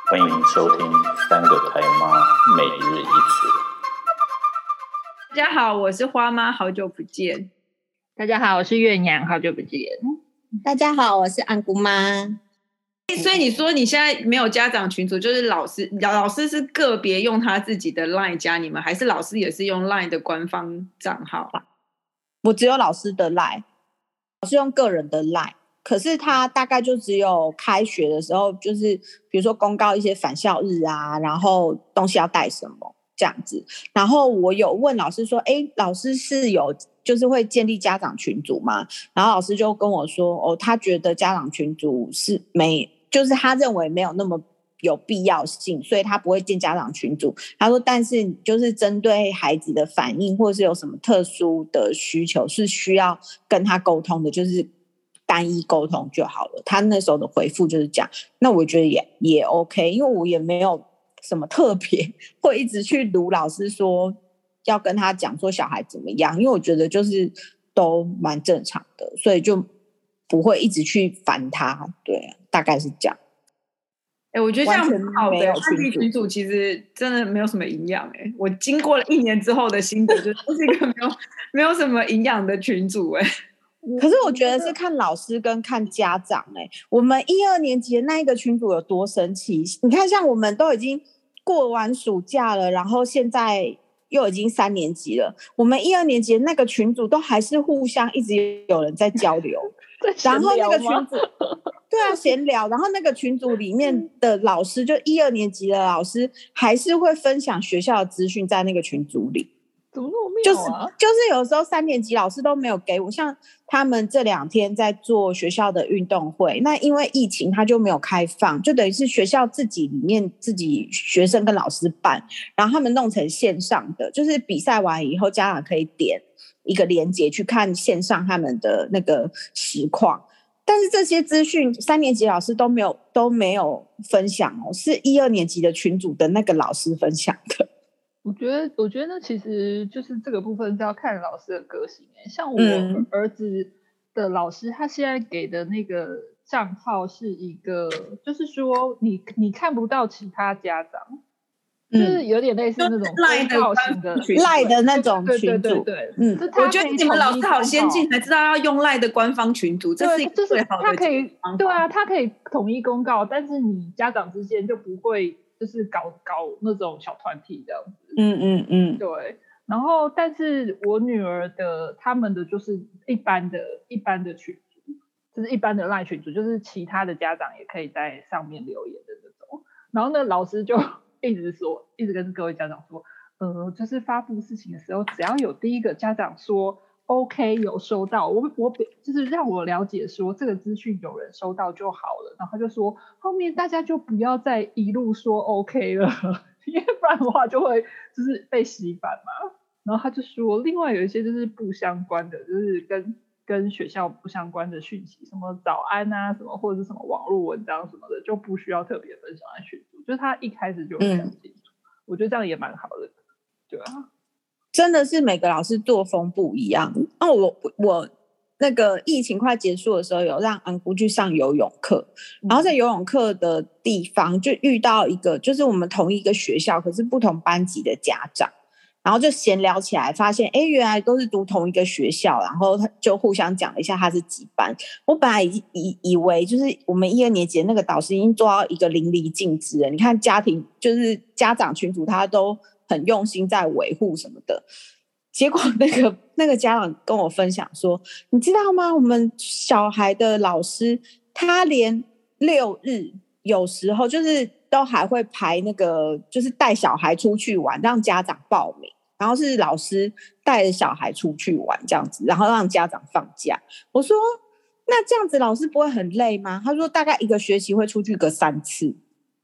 欢迎收听三个台妈每日一词。 大家好，我是花妈，好久不见。 大家好，我是月娘，好久不见。 大家好，我是安姑妈。 所以你说你现在没有家长群组，就是老师是个别用他自己的 LINE 加你们，还是老师也是用 LINE 的官方账号？ 我只有老师的 LINE， 老师用个人的 LINE， 可是他大概就只有开学的时候，就是比如说公告一些返校日啊，然后东西要带什么这样子。然后我有问老师说，老师是有就是会建立家长群组吗？然后老师就跟我说，他觉得家长群组是就是他认为没有那么有必要性，所以他不会建家长群组。他说但是就是针对孩子的反应或是有什么特殊的需求是需要跟他沟通的，就是单一沟通就好了。他那时候的回复就是这样。那我觉得也 OK， 因为我也没有什么特别会一直去读老师说要跟他讲说小孩怎么样，因为我觉得就是都蛮正常的，所以就不会一直去烦他。对，大概是这样。 我觉得这样很好的，他自己群组其实真的没有什么营养。我经过了1年之后的心得，就是一个没有什么营养的群组。 可是我觉得是看老师跟看家长。我们1、2年级的那一个群组有多神奇？你看，像我们都已经过完暑假了，然后现在又已经3年级了，我们1、2年级的那个群组都还是互相一直有人在交流，然后那个群组对啊，闲聊，然后那个群组里面的老师，就1、2年级的老师还是会分享学校的资讯在那个群组里。 怎么那么妙啊？ 就是有时候3年级老师都没有给我，像他们这2天在做学校的运动会，那因为疫情他就没有开放，就等于是学校自己里面自己学生跟老师办，然后他们弄成线上的，就是比赛完以后家长可以点一个连结去看线上他们的那个实况。但是这些资讯3年级老师都没有分享是1、2年级的群组的那个老师分享的。 我觉得其实就是这个部分是要看老师的个性。像我儿子的老师，他现在给的那个账号是一个，就是说你看不到其他家长，就是有点类似那种赖的那种群组。 对， 我觉得你们老师好先进，才知道要用赖的官方群组，这是一个最好的方法。 对啊，他可以统一公告，但是你家长之间就不会就是搞那种小团体这样子。对。然后但是我女儿的他们的就是一般的群组，就是一般的赖群组，就是其他的家长也可以在上面留言的那种。然后呢，老师就一直跟各位家长说，就是发布事情的时候，只要有第一个家长说 OK 有收到，我就是让我了解说这个资讯有人收到就好了。然后他就说后面大家就不要再一路说 OK 了，因为不然的话就会就是被洗版嘛。然后他就说另外有一些就是不相关的，就是跟学校不相关的讯息，什么早安啊什么，或者是什么网络文章什么的，就不需要特别分享在群组，就是他一开始就非常清楚。我觉得这样也蛮好的。对啊， 真的是每个老师作风不一样。我那个疫情快结束的时候，有让安姑去上游泳课，然后在游泳课的地方就遇到一个，就是我们同一个学校可是不同班级的家长，然后就闲聊起来，发现原来都是读同一个学校，然后他就互相讲了一下他是几班。我本来以为就是我们1、2年级的那个导师已经做到一个淋漓尽致了，你看家庭就是家长群组他都很用心在维护什么的。结果那个家长跟我分享说，你知道吗？我们小孩的老师他连6日有时候就是都还会排那个，就是带小孩出去玩，让家长报名，然后是老师带着小孩出去玩这样子，然后让家长放假。我说那这样子老师不会很累吗？他说大概1个学期会出去个3次。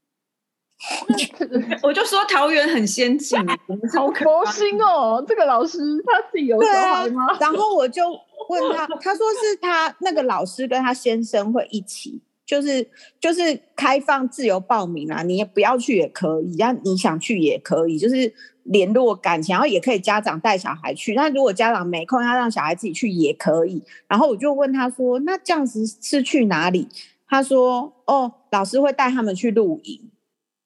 我就说桃园很先进， 好佛心哦！这个老师他自己有小孩吗？ 然后我就问他，他说是他那个老师跟他先生会一起，就是开放自由报名啊，你也不要去也可以，然后你想去也可以，就是联络感情，然后也可以家长带小孩去。那如果家长没空，他让小孩自己去也可以。然后我就问他说，那这样子是去哪里？他说老师会带他们去露营。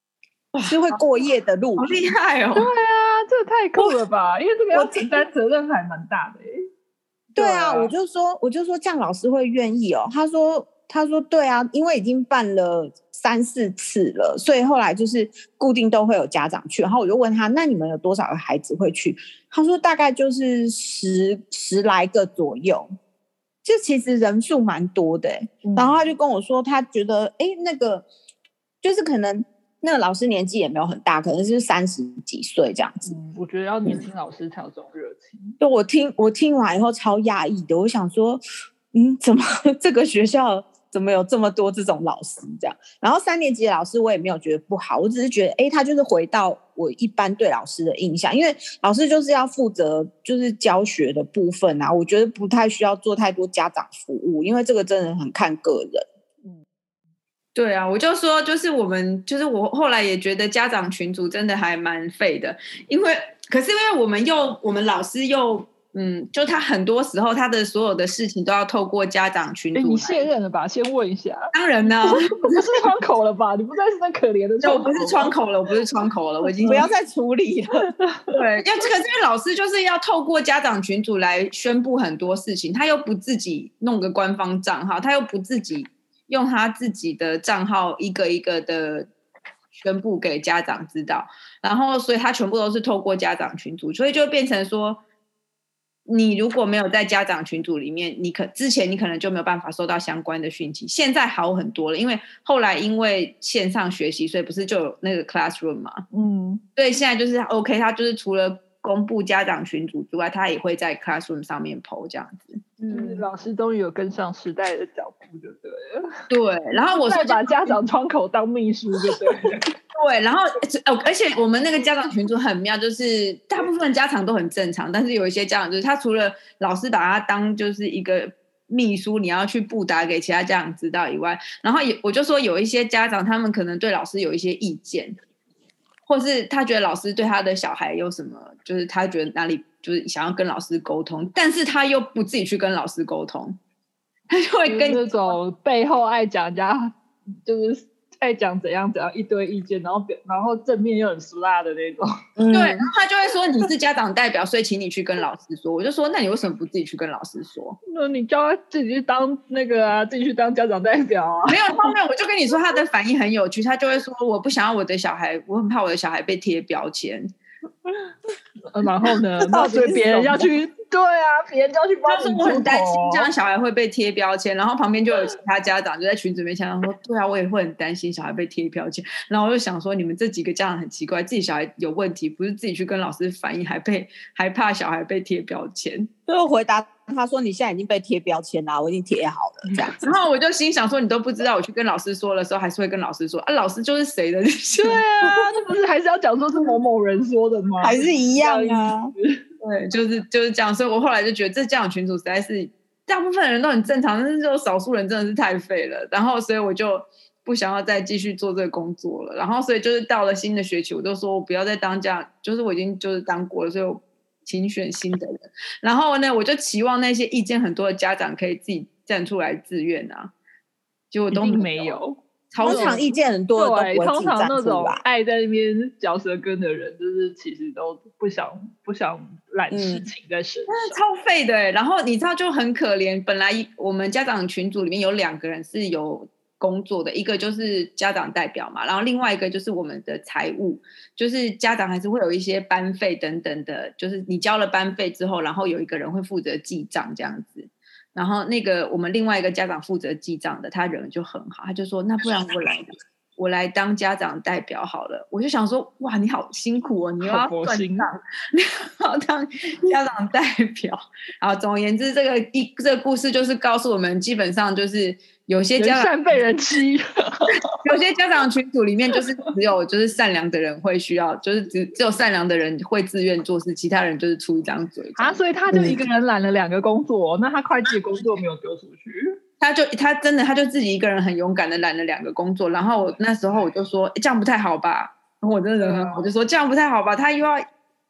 是会过夜的路， 好厉害哦！ 对啊，这个太酷了吧？因为这个要承担责任还蛮大的对啊，我就说这样老师会愿意哦。他说对啊，因为已经办了3-4次了，所以后来就是固定都会有家长去。然后我就问他，那你们有多少个孩子会去？他说大概就是十来个左右，就其实人数蛮多的然后他就跟我说，他觉得那个就是可能那个老师年纪也没有很大，可能是30几岁这样子。 我觉得要年轻老师才有这种热情。 就我听完以后超讶异的，我想说，怎么这个学校怎么有这么多这种老师这样？然后3年级的老师我也没有觉得不好，我只是觉得他就是回到我一般对老师的印象，因为老师就是要负责就是教学的部分啊，我觉得不太需要做太多家长服务，因为这个真的很看个人。 对啊，我就说，就是我后来也觉得家长群组真的还蛮废的，可是因为我们老师又就他很多时候他的所有的事情都要透过家长群组。 你卸任了吧？先问一下。 当然呢， 不是窗口了吧？你不再是那可怜的窗口。 我不是窗口了，我已经不要再处理了。 对，可是因为老师就是要透过家长群组来宣布很多事情，他又不自己弄个官方账号，他又不自己用他自己的账号一个一个的宣布给家长知道，然后所以他全部都是透过家长群组，所以就变成说，你如果没有在家长群组里面，之前你可能就没有办法收到相关的讯息。现在好很多了，因为后来因为线上学习，所以不是就有那个 Classroom 嘛，所以现在就是 OK， 他就是除了公布家长群组之外，他也会在 Classroom 上面 po 这样子。 就是老师终于有跟上时代的脚步，就对了。 对，然后我说把家长窗口当秘书，就对了。 对，然后而且我们那个家长群组很妙，就是大部分家长都很正常，但是有一些家长就是他除了老师把他当就是一个秘书，你要去布达给其他家长知道以外，然后我就说有一些家长他们可能对老师有一些意见，或是他觉得老师对他的小孩有什么，就是他觉得哪里就是想要跟老师沟通，但是他又不自己去跟老师沟通，他就会跟那种背后爱讲人家，就是爱讲怎样一堆意见，然后正面又很俗辣的那种。 对，然后他就会说你是家长代表，所以请你去跟老师说。我就说那你为什么不自己去跟老师说？ 那你叫他自己去当那个啊，自己去当家长代表啊。 没有，我就跟你说他的反应很有趣，他就会说我不想要我的小孩，我很怕我的小孩被贴标签。 然后呢？所以别人要去，对啊，别人就要去帮你。 我很担心这样小孩会被贴标签，然后旁边就有其他家长就在群组里面想说，对啊，我也会很担心小孩被贴标签。然后我就想说，你们这几个家长很奇怪，自己小孩有问题，不是自己去跟老师反映，还怕小孩被贴标签。 所以我回答他说：“你现在已经被贴标签了，我已经贴好了。”这样子， 然后我就心想说：“你都不知道，我去跟老师说的时候，还是会跟老师说啊，老师就是谁的？” 对啊，那不是还是要讲说是某某人说的吗？ 还是一样啊？ 对，就是这样。所以我后来就觉得，这家长群组实在是大部分人都很正常，但是就少数人真的是太废了。然后，所以我就不想要再继续做这个工作了。然后，所以就是到了新的学期，我就说我不要再当这样，就是我已经就是当过了，所以我请选新的人。然后呢，我就期望那些意见很多的家长可以自己站出来自愿啊，结果都没有。 通常意见很多的都不会自己站出来。 通常那种爱在那边嚼舌根的人，就是其实都不想揽事情在身上， 超废的然后你知道就很可怜，本来我们家长群组里面有2个人是有工作的，一个就是家长代表嘛，然后另外一个就是我们的财务，就是家长还是会有一些班费等等的，就是你交了班费之后，然后有一个人会负责记账这样子。然后那个我们另外一个家长负责记账的，他人就很好，他就说那不然我来当家长代表好了。我就想说哇，你好辛苦哦，你又要算账，你要当家长代表。然后总而言之，这个故事就是告诉我们，基本上就是有些家长人善被人欺， 有些家长群组里面就是只有就是善良的人会需要，就是只有善良的人会自愿做事，其他人就是出一张嘴啊。所以他就一个人揽了2个工作，那他会计的工作没有丢出去。 他就自己一个人很勇敢的揽了2个工作，然后那时候我就说这样不太好吧，然后我真的很好，我就说这样不太好吧，他又要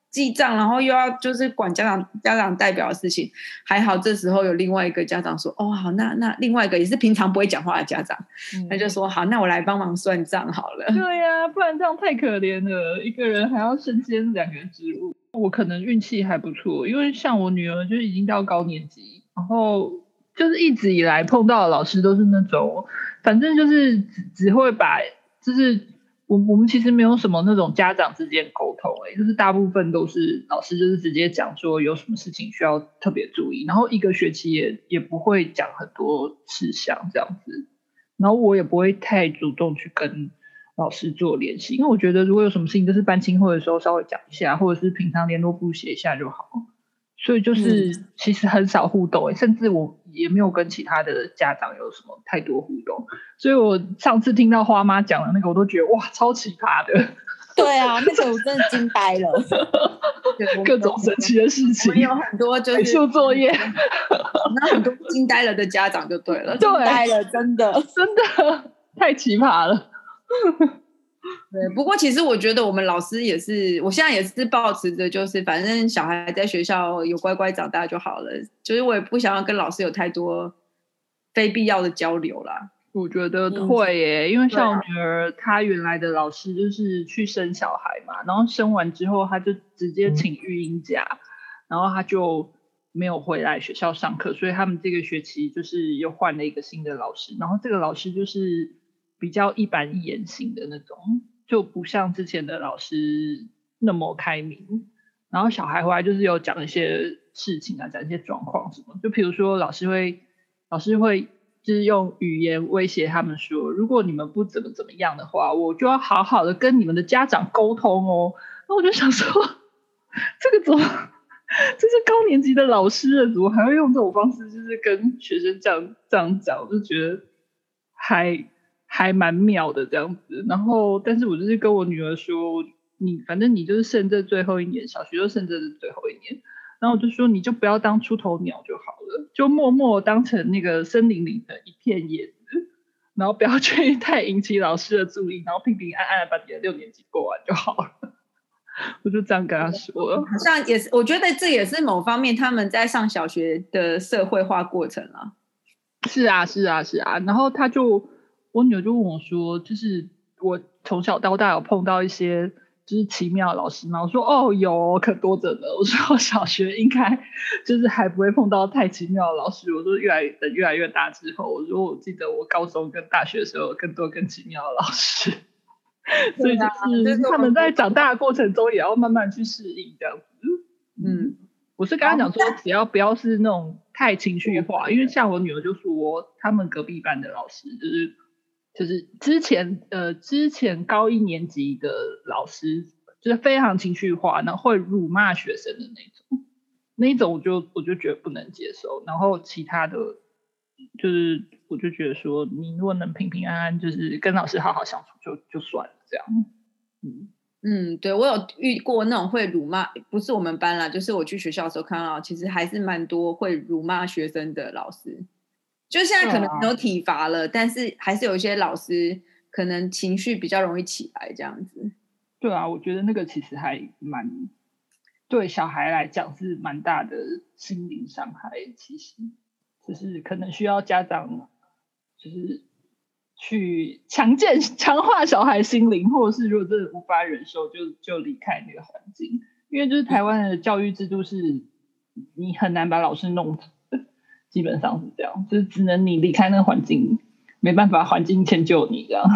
记账，然后又要就是管家长代表的事情。还好这时候有另外一个家长说，哦好，那另外一个也是平常不会讲话的家长，他就说好，那我来帮忙算账好了。 对呀，不然这样太可怜了，一个人还要身兼2个职务。我可能运气还不错，因为像我女儿就已经到高年级，然后就是一直以来碰到的老师都是那种，反正就是只会把就是我们其实没有什么那种家长之间沟通，就是大部分都是老师就是直接讲说有什么事情需要特别注意，然后一个学期也不会讲很多事项这样子，然后我也不会太主动去跟老师做联系，因为我觉得如果有什么事情就是班亲会的时候稍微讲一下，或者是平常联络簿写一下就好，所以就是其实很少互动，甚至我也没有跟其他的家长有什么太多互动，所以我上次听到花妈讲的那个我都觉得哇超奇葩的。 对啊，那个我真的惊呆了。 各种神奇的事情， 有很多就是美术作业， 那很多惊呆了的家长就对了， 惊呆了，真的太奇葩了。 对，不过其实我觉得我们老师也是，我现在也是抱持着就是反正小孩在学校有乖乖长大就好了，就是我也不想要跟老师有太多非必要的交流啦。 我觉得会耶，因为像我女儿她原来的老师就是去生小孩嘛，然后生完之后她就直接请育婴假，然后她就没有回来学校上课，所以他们这个学期就是又换了一个新的老师，然后这个老师就是比较一板一眼型的那种，就不像之前的老师那么开明，然后小孩回来就是有讲一些事情啊，讲一些状况什么，就比如说老师会就是用语言威胁他们说，如果你们不怎么样的话，我就要好好的跟你们的家长沟通哦。那我就想说，这个怎么这是高年级的老师了，怎么还会用这种方式就是跟学生这样讲，我就觉得还蛮妙的这样子。然后但是我就是跟我女儿说，反正你就是剩这最后一年，小学就剩这最后一年，然后我就说你就不要当出头鸟就好了，就默默当成那个森林里的一片叶子，然后不要去太引起老师的注意，然后平平安安的把你的6年级过完就好了。我就这样跟他说了。 好像也是，我觉得这也是某方面他们在上小学的社会化过程啊。 是啊。然后我女儿就问我说，就是我从小到大有碰到一些就是奇妙的老师吗？我说哦有，可多着呢。我说我小学应该就是还不会碰到太奇妙的老师。我说越来越大之后，我说我记得我高中跟大学的时候有更多更奇妙的老师。所以就是他们在长大的过程中也要慢慢去适应这样子。我是跟他讲说，只要不要是那种太情绪化，因为像我女儿就说，他们隔壁班的老师就是之前高1年级的老师就是非常情绪化，然后会辱骂学生的那一种我就觉得不能接受。然后其他的就是我就觉得说，你如果能平平安安就是跟老师好好相处就算了这样。 对，我有遇过那种会辱骂，不是我们班啦，就是我去学校的时候看到，其实还是蛮多会辱骂学生的老师。就现在可能没有体罚了，但是还是有一些老师可能情绪比较容易起来这样子。 对啊，我觉得那个其实还对小孩来讲是蛮大的心灵伤害，其实就是可能需要家长就是去强化小孩心灵，或者是如果真的无法忍受就离开那个环境。因为就是台湾的教育制度是你很难把老师弄死，基本上是这样，就是只能你离开那个环境，没办法环境迁就你这样。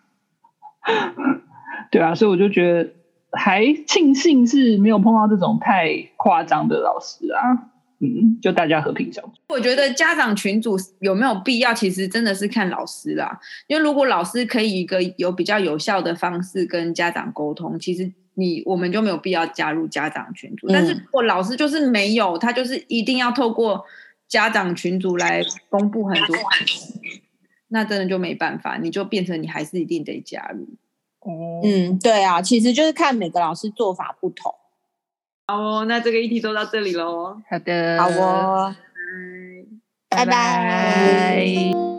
对啊，所以我就觉得还庆幸是没有碰到这种太夸张的老师啊。就大家和平相处。 我觉得家长群组有没有必要，其实真的是看老师啦。因为如果老师可以一个有比较有效的方式跟家长沟通，其实我们就没有必要加入家长群组。但是如果老师就是没有，他就是一定要透过家长群组来公布很多，那真的就没办法，你就变成你还是一定得加入。 对啊，其实就是看每个老师做法不同。 好哦，那这个议题就到这里咯。 好的， 好哦，拜拜。